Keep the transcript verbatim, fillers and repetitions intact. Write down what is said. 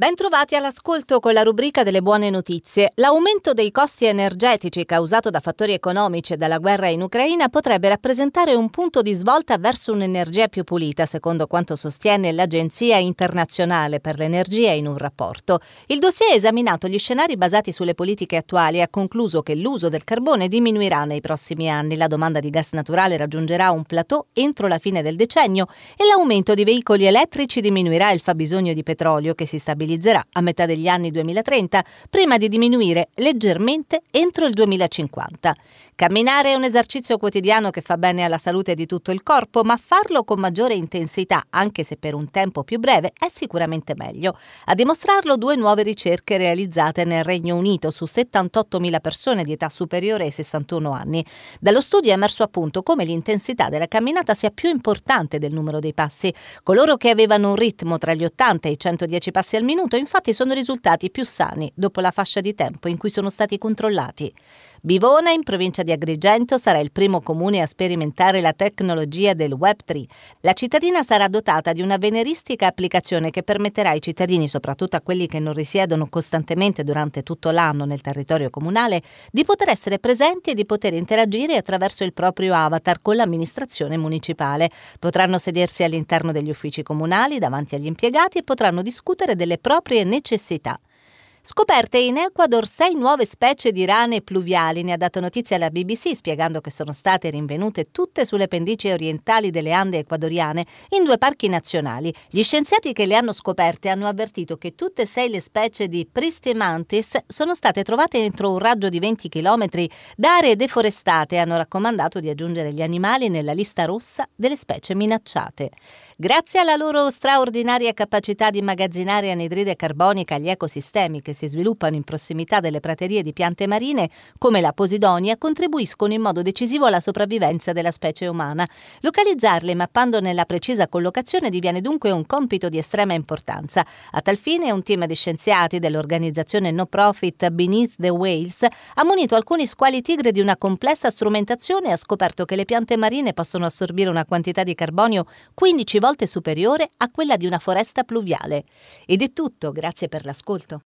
Bentrovati all'ascolto con la rubrica delle buone notizie. L'aumento dei costi energetici causato da fattori economici e dalla guerra in Ucraina potrebbe rappresentare un punto di svolta verso un'energia più pulita, secondo quanto sostiene l'Agenzia internazionale per l'energia in un rapporto. Il dossier ha esaminato gli scenari basati sulle politiche attuali e ha concluso che l'uso del carbone diminuirà nei prossimi anni, la domanda di gas naturale raggiungerà un plateau entro la fine del decennio e l'aumento di veicoli elettrici diminuirà il fabbisogno di petrolio che si stabilizzerà a metà degli anni duemilatrenta, prima di diminuire leggermente entro il duemilacinquanta. Camminare è un esercizio quotidiano che fa bene alla salute di tutto il corpo, ma farlo con maggiore intensità, anche se per un tempo più breve, è sicuramente meglio. A dimostrarlo due nuove ricerche realizzate nel Regno Unito su settantottomila persone di età superiore ai sessantuno anni. Dallo studio è emerso appunto come l'intensità della camminata sia più importante del numero dei passi. Coloro che avevano un ritmo tra gli ottanta e i centodieci passi al minuto infatti sono risultati più sani dopo la fascia di tempo in cui sono stati controllati. Bivona, in provincia di Agrigento, sarà il primo comune a sperimentare la tecnologia del web tre. La cittadina sarà dotata di una veneristica applicazione che permetterà ai cittadini, soprattutto a quelli che non risiedono costantemente durante tutto l'anno nel territorio comunale, di poter essere presenti e di poter interagire attraverso il proprio avatar con l'amministrazione municipale. Potranno sedersi all'interno degli uffici comunali davanti agli impiegati e potranno discutere delle proprie necessità. Scoperte in Ecuador sei nuove specie di rane pluviali, ne ha dato notizia la B B C spiegando che sono state rinvenute tutte sulle pendici orientali delle Ande ecuadoriane in due parchi nazionali. Gli scienziati che le hanno scoperte hanno avvertito che tutte e sei le specie di Pristimantis sono state trovate entro un raggio di venti chilometri da aree deforestate e hanno raccomandato di aggiungere gli animali nella lista rossa delle specie minacciate. Grazie alla loro straordinaria capacità di immagazzinare anidride carbonica agli ecosistemi che si sviluppano in prossimità delle praterie di piante marine, come la posidonia, contribuiscono in modo decisivo alla sopravvivenza della specie umana. Localizzarle mappando nella precisa collocazione diviene dunque un compito di estrema importanza. A tal fine un team di scienziati dell'organizzazione no profit Beneath the Whales ha munito alcuni squali tigre di una complessa strumentazione e ha scoperto che le piante marine possono assorbire una quantità di carbonio quindici volte superiore a quella di una foresta pluviale. Ed è tutto, grazie per l'ascolto.